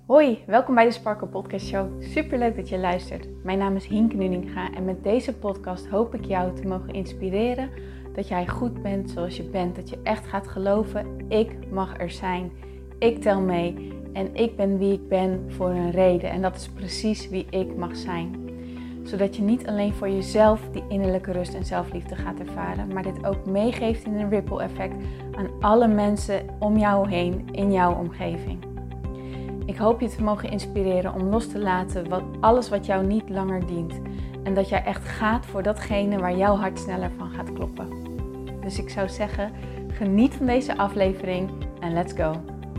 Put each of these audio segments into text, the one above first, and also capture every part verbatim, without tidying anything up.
Hoi, welkom bij de Sparkle Podcast Show. Superleuk dat je luistert. Mijn naam is Hienke Nuninga en met deze podcast hoop ik jou te mogen inspireren dat jij goed bent zoals je bent. Dat je echt gaat geloven, ik mag er zijn, ik tel mee en ik ben wie ik ben voor een reden. En dat is precies wie ik mag zijn. Zodat je niet alleen voor jezelf die innerlijke rust en zelfliefde gaat ervaren, maar dit ook meegeeft in een ripple effect aan alle mensen om jou heen in jouw omgeving. Ik hoop je te mogen inspireren om los te laten wat, alles wat jou niet langer dient. En dat jij echt gaat voor datgene waar jouw hart sneller van gaat kloppen. Dus ik zou zeggen, geniet van deze aflevering en let's go!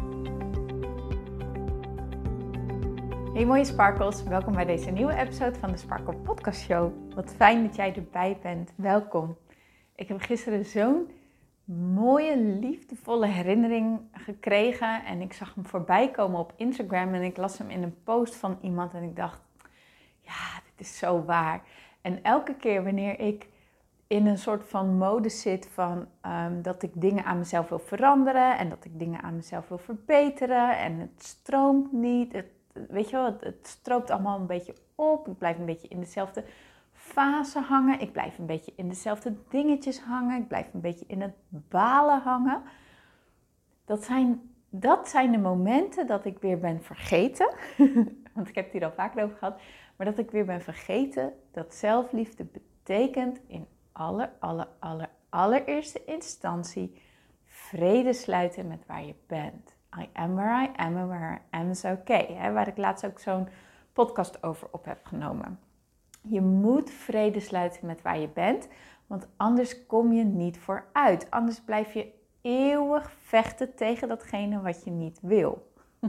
Hey mooie sparkles, welkom bij deze nieuwe episode van de Sparkle Podcast Show. Wat fijn dat jij erbij bent, welkom. Ik heb gisteren zo'n mooie, liefdevolle herinnering gekregen en ik zag hem voorbij komen op Instagram en ik las hem in een post van iemand en ik dacht, ja, dit is zo waar. En elke keer wanneer ik in een soort van mode zit van um, dat ik dingen aan mezelf wil veranderen en dat ik dingen aan mezelf wil verbeteren en het stroomt niet, het, weet je wel, het, het stroopt allemaal een beetje op, ik blijf een beetje in dezelfde fase hangen. Ik blijf een beetje in dezelfde dingetjes hangen. Ik blijf een beetje in het balen hangen. Dat zijn, dat zijn de momenten dat ik weer ben vergeten. Want ik heb het hier al vaker over gehad. Maar dat ik weer ben vergeten dat zelfliefde betekent in aller, aller, aller, allereerste instantie vrede sluiten met waar je bent. I am where I am and where I am is okay. Hè, waar ik laatst ook zo'n podcast over op heb genomen. Je moet vrede sluiten met waar je bent, want anders kom je niet vooruit. Anders blijf je eeuwig vechten tegen datgene wat je niet wil.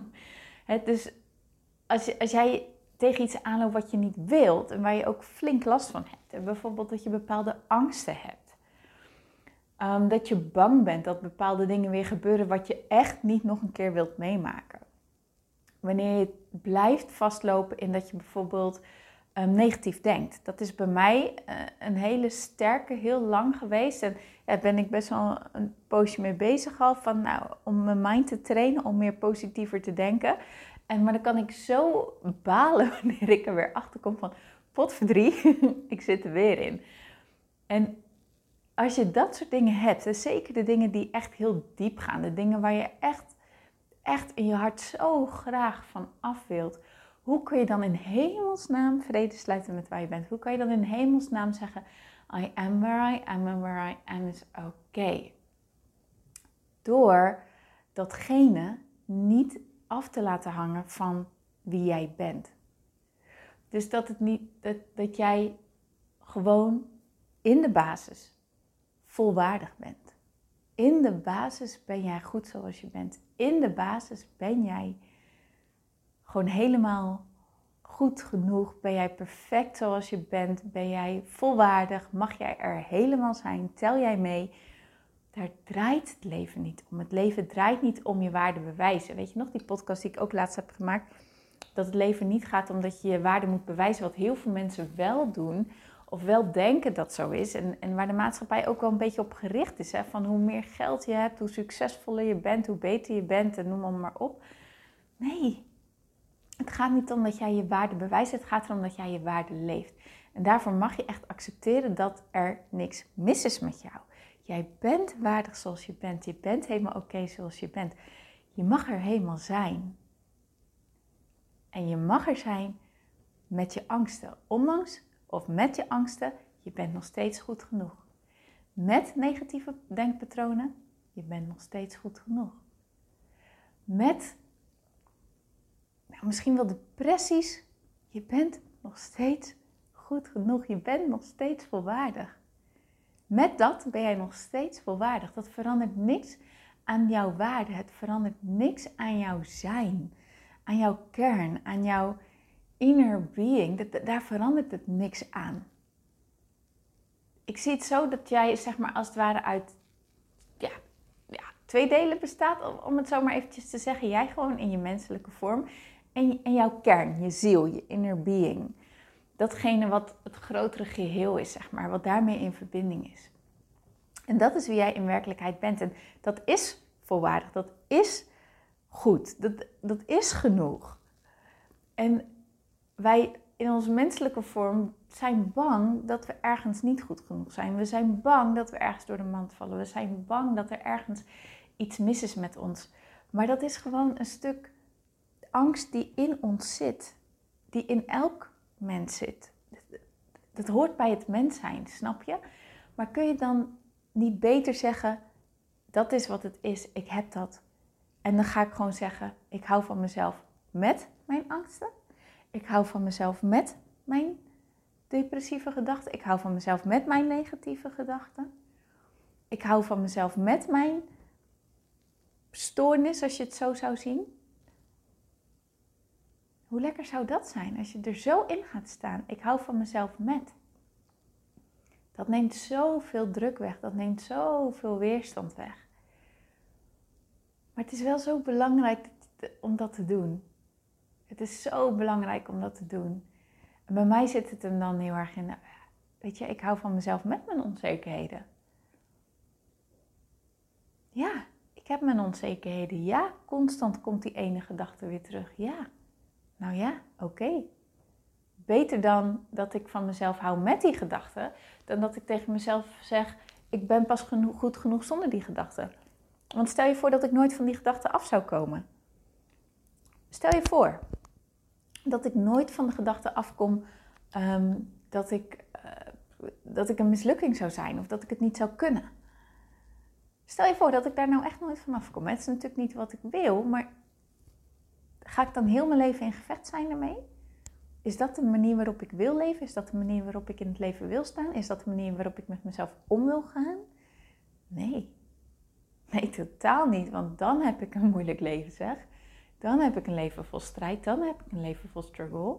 Dus als, je, als jij tegen iets aanloopt wat je niet wilt en waar je ook flink last van hebt. En bijvoorbeeld dat je bepaalde angsten hebt. Um, dat je bang bent dat bepaalde dingen weer gebeuren wat je echt niet nog een keer wilt meemaken. Wanneer je blijft vastlopen in dat je bijvoorbeeld Um, negatief denkt. Dat is bij mij uh, een hele sterke, heel lang geweest. En daar ja, ben ik best wel een poosje mee bezig al. Van, nou, om mijn mind te trainen, om meer positiever te denken. En, maar dan kan ik zo balen wanneer ik er weer achter kom van, potverdrie, ik zit er weer in. En als je dat soort dingen hebt, en zeker de dingen die echt heel diep gaan, de dingen waar je echt, echt in je hart zo graag van af wilt, hoe kun je dan in hemelsnaam vrede sluiten met waar je bent? Hoe kan je dan in hemelsnaam zeggen, I am where I am and where I am is okay. Door datgene niet af te laten hangen van wie jij bent. Dus dat, het niet, dat, dat jij gewoon in de basis volwaardig bent. In de basis ben jij goed zoals je bent. In de basis ben jij gewoon helemaal goed genoeg. Ben jij perfect zoals je bent? Ben jij volwaardig? Mag jij er helemaal zijn? Tel jij mee? Daar draait het leven niet om. Het leven draait niet om je waarde bewijzen. Weet je nog die podcast die ik ook laatst heb gemaakt? Dat het leven niet gaat om dat je je waarde moet bewijzen. Wat heel veel mensen wel doen. Of wel denken dat zo is. En, en waar de maatschappij ook wel een beetje op gericht is. Hè? Van hoe meer geld je hebt, hoe succesvoller je bent, hoe beter je bent. En noem maar op. Nee. Het gaat niet om dat jij je waarde bewijst, het gaat erom dat jij je waarde leeft. En daarvoor mag je echt accepteren dat er niks mis is met jou. Jij bent waardig zoals je bent, je bent helemaal oké zoals je bent. Je mag er helemaal zijn. En je mag er zijn met je angsten. Ondanks of met je angsten, je bent nog steeds goed genoeg. Met negatieve denkpatronen, je bent nog steeds goed genoeg. Met Nou, misschien wel depressies, je bent nog steeds goed genoeg. Je bent nog steeds volwaardig. Met dat ben jij nog steeds volwaardig. Dat verandert niks aan jouw waarde. Het verandert niks aan jouw zijn. Aan jouw kern, aan jouw inner being. Dat, daar verandert het niks aan. Ik zie het zo dat jij, zeg maar, als het ware uit ja, ja, twee delen bestaat. Om het zo maar eventjes te zeggen. Jij gewoon in je menselijke vorm. En, en jouw kern, je ziel, je inner being. Datgene wat het grotere geheel is, zeg maar. Wat daarmee in verbinding is. En dat is wie jij in werkelijkheid bent. En dat is volwaardig. Dat is goed. Dat, dat is genoeg. En wij in onze menselijke vorm zijn bang dat we ergens niet goed genoeg zijn. We zijn bang dat we ergens door de mand vallen. We zijn bang dat er ergens iets mis is met ons. Maar dat is gewoon een stuk angst die in ons zit. Die in elk mens zit. Dat hoort bij het mens zijn, snap je? Maar kun je dan niet beter zeggen, dat is wat het is, ik heb dat. En dan ga ik gewoon zeggen, ik hou van mezelf met mijn angsten. Ik hou van mezelf met mijn depressieve gedachten. Ik hou van mezelf met mijn negatieve gedachten. Ik hou van mezelf met mijn stoornis, als je het zo zou zien. Hoe lekker zou dat zijn als je er zo in gaat staan? Ik hou van mezelf met. Dat neemt zoveel druk weg. Dat neemt zoveel weerstand weg. Maar het is wel zo belangrijk om dat te doen. Het is zo belangrijk om dat te doen. En bij mij zit het hem dan heel erg in, weet je, ik hou van mezelf met mijn onzekerheden. Ja, ik heb mijn onzekerheden. Ja, constant komt die ene gedachte weer terug. Ja, nou ja, oké. Okay. Beter dan dat ik van mezelf hou met die gedachten, dan dat ik tegen mezelf zeg, ik ben pas genoeg, goed genoeg zonder die gedachten. Want stel je voor dat ik nooit van die gedachten af zou komen. Stel je voor dat ik nooit van de gedachte afkom um, dat, ik, uh, dat ik een mislukking zou zijn of dat ik het niet zou kunnen. Stel je voor dat ik daar nou echt nooit van afkom. Het is natuurlijk niet wat ik wil, maar ga ik dan heel mijn leven in gevecht zijn ermee? Is dat de manier waarop ik wil leven? Is dat de manier waarop ik in het leven wil staan? Is dat de manier waarop ik met mezelf om wil gaan? Nee. Nee, totaal niet, want dan heb ik een moeilijk leven, zeg. Dan heb ik een leven vol strijd, dan heb ik een leven vol struggle.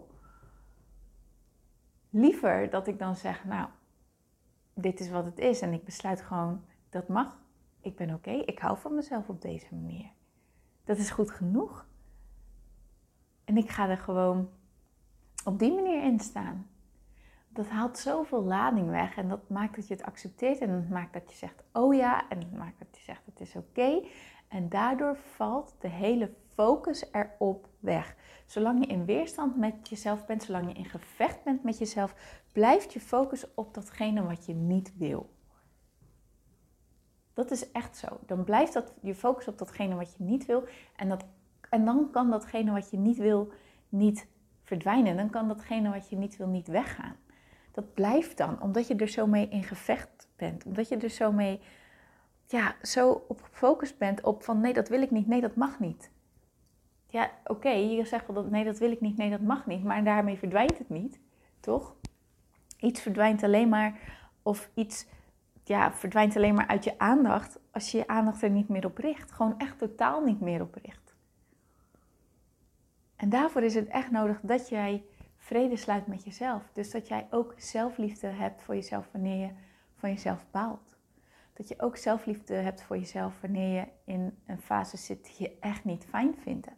Liever dat ik dan zeg, nou, dit is wat het is en ik besluit gewoon, dat mag. Ik ben oké, okay. Ik hou van mezelf op deze manier. Dat is goed genoeg. En ik ga er gewoon op die manier in staan. Dat haalt zoveel lading weg en dat maakt dat je het accepteert en dat maakt dat je zegt, oh ja, en dat maakt dat je zegt, het is oké. Okay. En daardoor valt de hele focus erop weg. Zolang je in weerstand met jezelf bent, zolang je in gevecht bent met jezelf, blijft je focus op datgene wat je niet wil. Dat is echt zo. Dan blijft dat, je focus op datgene wat je niet wil en, dat, en dan kan datgene wat je niet wil niet verdwijnen. Dan kan datgene wat je niet wil niet weggaan. Dat blijft dan, omdat je er zo mee in gevecht bent. Omdat je er zo mee, ja, zo op gefocust bent op van nee, dat wil ik niet, nee, dat mag niet. Ja, oké, okay, je zegt wel dat nee, dat wil ik niet, nee, dat mag niet. Maar daarmee verdwijnt het niet, toch? Iets verdwijnt alleen maar, of iets ja, verdwijnt alleen maar uit je aandacht als je je aandacht er niet meer op richt. Gewoon echt totaal niet meer op richt. En daarvoor is het echt nodig dat jij vrede sluit met jezelf. Dus dat jij ook zelfliefde hebt voor jezelf wanneer je van jezelf baalt. Dat je ook zelfliefde hebt voor jezelf wanneer je in een fase zit die je echt niet fijn vindt.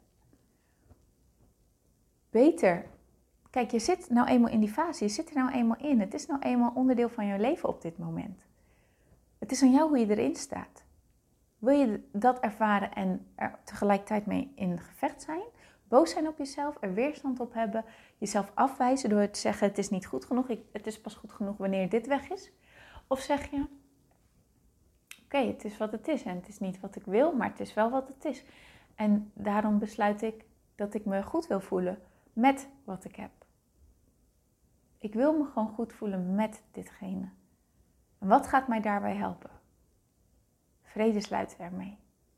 Beter. Kijk, je zit nou eenmaal in die fase. Je zit er nou eenmaal in. Het is nou eenmaal onderdeel van je leven op dit moment. Het is aan jou hoe je erin staat. Wil je dat ervaren en er tegelijkertijd mee in gevecht zijn? Boos zijn op jezelf, er weerstand op hebben, jezelf afwijzen door te zeggen het is niet goed genoeg, ik, het is pas goed genoeg wanneer dit weg is? Of zeg je, oké, okay, het is wat het is en het is niet wat ik wil, maar het is wel wat het is. En daarom besluit ik dat ik me goed wil voelen met wat ik heb. Ik wil me gewoon goed voelen met ditgene. En wat gaat mij daarbij helpen? Vrede sluiten ermee.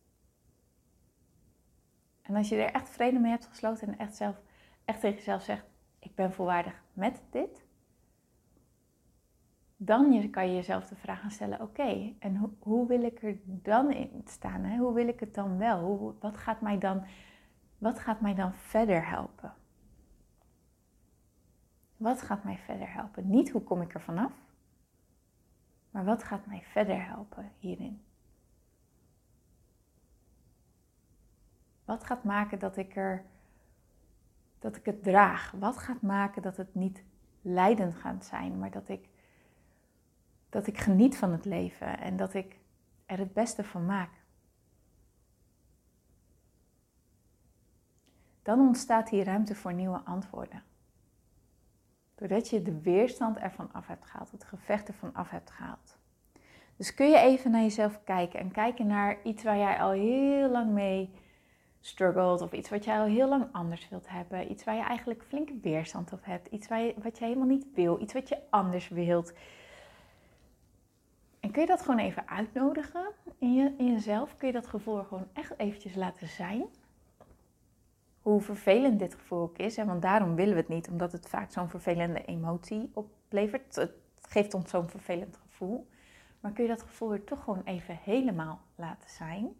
En als je er echt vrede mee hebt gesloten en echt, zelf, echt tegen jezelf zegt, ik ben volwaardig met dit. Dan kan je jezelf de vraag gaan stellen, oké, okay, en hoe, hoe wil ik er dan in staan? Hè? Hoe wil ik het dan wel? Hoe, wat, gaat mij dan, wat gaat mij dan verder helpen? Wat gaat mij verder helpen? Niet hoe kom ik er vanaf, maar wat gaat mij verder helpen hierin? Wat gaat maken dat ik, er, dat ik het draag? Wat gaat maken dat het niet lijdend gaat zijn, maar dat ik, dat ik geniet van het leven en dat ik er het beste van maak? dan ontstaat hier ruimte voor nieuwe antwoorden. Doordat je de weerstand ervan af hebt gehaald, het gevecht ervan af hebt gehaald. Dus kun je even naar jezelf kijken en kijken naar iets waar jij al heel lang mee struggelt. Of iets wat jij al heel lang anders wilt hebben. Iets waar je eigenlijk flinke weerstand op hebt. Iets waar je, wat je helemaal niet wil. Iets wat je anders wilt. En kun je dat gewoon even uitnodigen in, je, in jezelf? Kun je dat gevoel er gewoon echt eventjes laten zijn? Hoe vervelend dit gevoel ook is. Hè? Want daarom willen we het niet. Omdat het vaak zo'n vervelende emotie oplevert. Het geeft ons zo'n vervelend gevoel. Maar kun je dat gevoel er toch gewoon even helemaal laten zijn?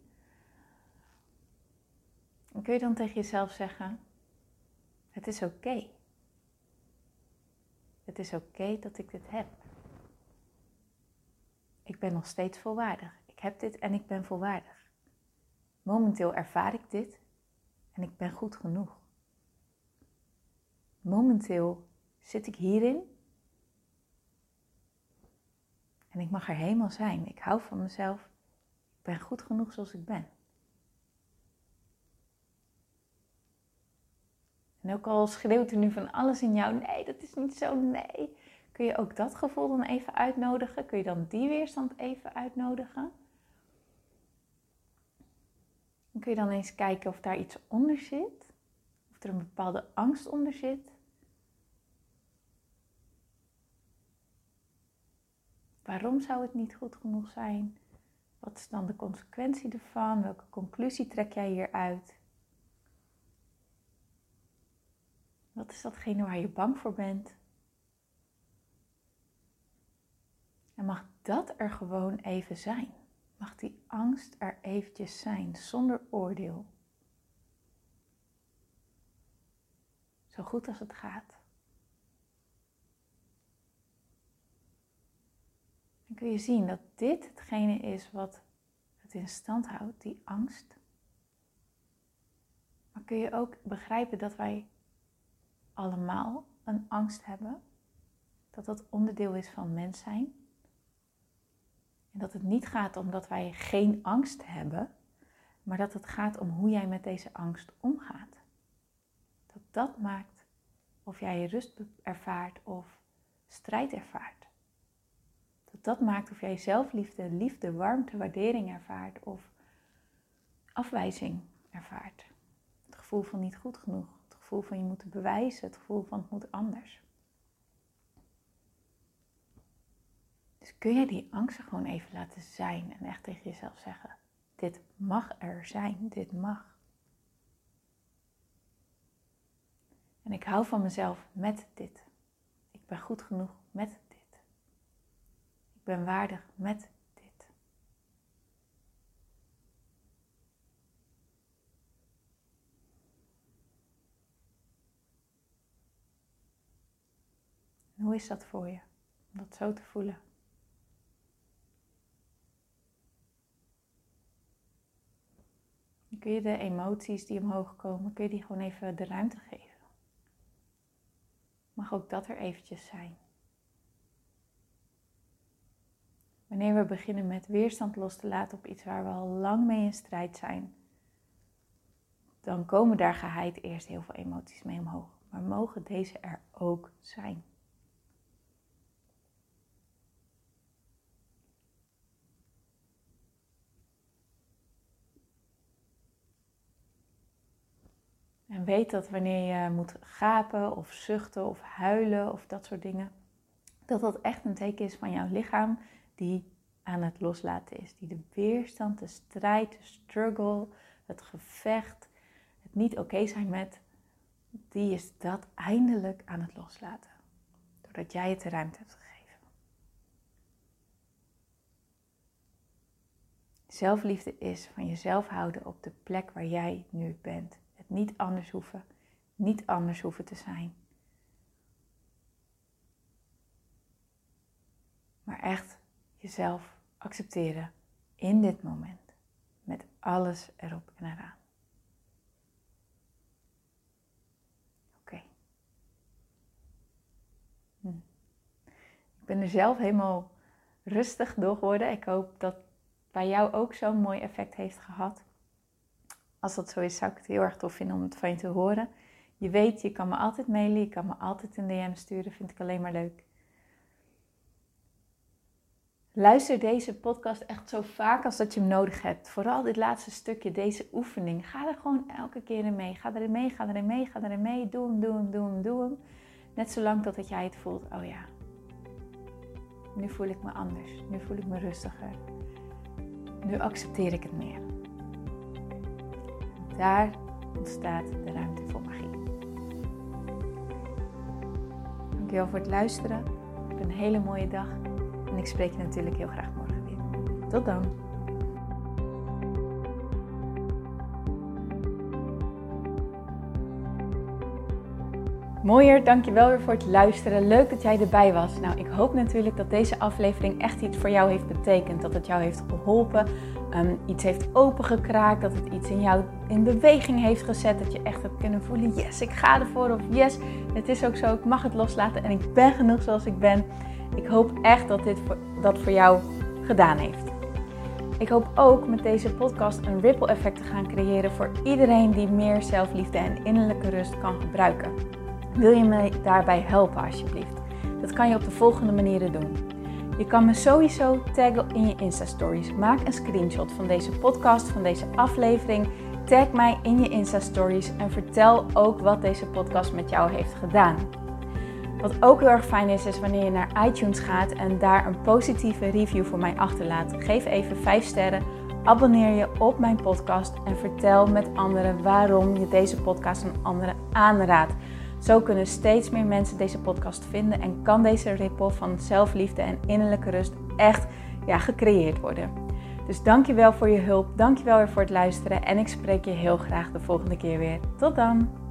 En kun je dan tegen jezelf zeggen, het is oké. Okay. Het is oké okay dat ik dit heb. Ik ben nog steeds volwaardig. Ik heb dit en ik ben volwaardig. Momenteel ervaar ik dit en ik ben goed genoeg. Momenteel zit ik hierin en ik mag er helemaal zijn. Ik hou van mezelf. Ik ben goed genoeg zoals ik ben. En ook al schreeuwt er nu van alles in jou, nee, dat is niet zo, nee. Kun je ook dat gevoel dan even uitnodigen? Kun je dan die weerstand even uitnodigen? En kun je dan eens kijken of daar iets onder zit? Of er een bepaalde angst onder zit? Waarom zou het niet goed genoeg zijn? Wat is dan de consequentie ervan? Welke conclusie trek jij hieruit? Wat is datgene waar je bang voor bent? En mag dat er gewoon even zijn? Mag die angst er eventjes zijn, zonder oordeel? Zo goed als het gaat. Dan kun je zien dat dit hetgene is wat het in stand houdt, die angst. Maar kun je ook begrijpen dat wij allemaal een angst hebben? Dat dat onderdeel is van mens zijn? En dat het niet gaat om dat wij geen angst hebben, maar dat het gaat om hoe jij met deze angst omgaat. Dat dat maakt of jij rust ervaart of strijd ervaart. Dat dat maakt of jij zelfliefde, liefde, warmte, waardering ervaart of afwijzing ervaart. Het gevoel van niet goed genoeg, het gevoel van je moet bewijzen, het gevoel van het moet anders. Dus kun je die angsten gewoon even laten zijn en echt tegen jezelf zeggen, dit mag er zijn, dit mag. En ik hou van mezelf met dit. Ik ben goed genoeg met dit. Ik ben waardig met dit. En hoe is dat voor je, om dat zo te voelen? Dan kun je de emoties die omhoog komen, kun je die gewoon even de ruimte geven. Mag ook dat er eventjes zijn. Wanneer we beginnen met weerstand los te laten op iets waar we al lang mee in strijd zijn, dan komen daar geheid eerst heel veel emoties mee omhoog. Maar mogen deze er ook zijn. En weet dat wanneer je moet gapen of zuchten of huilen of dat soort dingen, dat dat echt een teken is van jouw lichaam die aan het loslaten is. Die de weerstand, de strijd, de struggle, het gevecht, het niet oké zijn met, die is dat eindelijk aan het loslaten. Doordat jij het de ruimte hebt gegeven. Zelfliefde is van jezelf houden op de plek waar jij nu bent. Het niet anders hoeven, niet anders hoeven te zijn. Maar echt jezelf accepteren in dit moment. Met alles erop en eraan. Oké. Okay. Hm. Ik ben er zelf helemaal rustig door geworden. Ik hoop dat bij jou ook zo'n mooi effect heeft gehad. als dat zo is, zou ik het heel erg tof vinden om het van je te horen. Je weet, je kan me altijd mailen, je kan me altijd een D M sturen, vind ik alleen maar leuk. Luister deze podcast echt zo vaak als dat je hem nodig hebt. Vooral dit laatste stukje, deze oefening. Ga er gewoon elke keer in mee. Ga erin mee, ga erin mee, ga erin mee. Doe hem, doe hem, doe hem, doe hem. Net zolang totdat jij het voelt, oh ja, nu voel ik me anders. Nu voel ik me rustiger. Nu accepteer ik het meer. Daar ontstaat de ruimte voor magie. Dankjewel voor het luisteren. Heb een hele mooie dag. En ik spreek je natuurlijk heel graag morgen weer. Tot dan. Mooier, dankjewel weer voor het luisteren. Leuk dat jij erbij was. Nou, ik hoop natuurlijk dat deze aflevering echt iets voor jou heeft betekend. Dat het jou heeft geholpen. Um, iets heeft opengekraakt. Dat het iets in jou in beweging heeft gezet. Dat je echt hebt kunnen voelen. Yes, ik ga ervoor. Of yes, het is ook zo. Ik mag het loslaten. En ik ben genoeg zoals ik ben. Ik hoop echt dat dit voor, dat voor jou gedaan heeft. Ik hoop ook met deze podcast een ripple effect te gaan creëren voor iedereen die meer zelfliefde en innerlijke rust kan gebruiken. Wil je me daarbij helpen alsjeblieft? Dat kan je op de volgende manieren doen. Je kan me sowieso taggen in je Insta-stories. Maak een screenshot van deze podcast, van deze aflevering. Tag mij in je Insta-stories en vertel ook wat deze podcast met jou heeft gedaan. Wat ook heel erg fijn is, is wanneer je naar iTunes gaat en daar een positieve review voor mij achterlaat. Geef even vijf sterren, abonneer je op mijn podcast en vertel met anderen waarom je deze podcast aan anderen aanraadt. Zo kunnen steeds meer mensen deze podcast vinden en kan deze ripple van zelfliefde en innerlijke rust echt ja, gecreëerd worden. Dus dankjewel voor je hulp, dankjewel weer voor het luisteren en ik spreek je heel graag de volgende keer weer. Tot dan!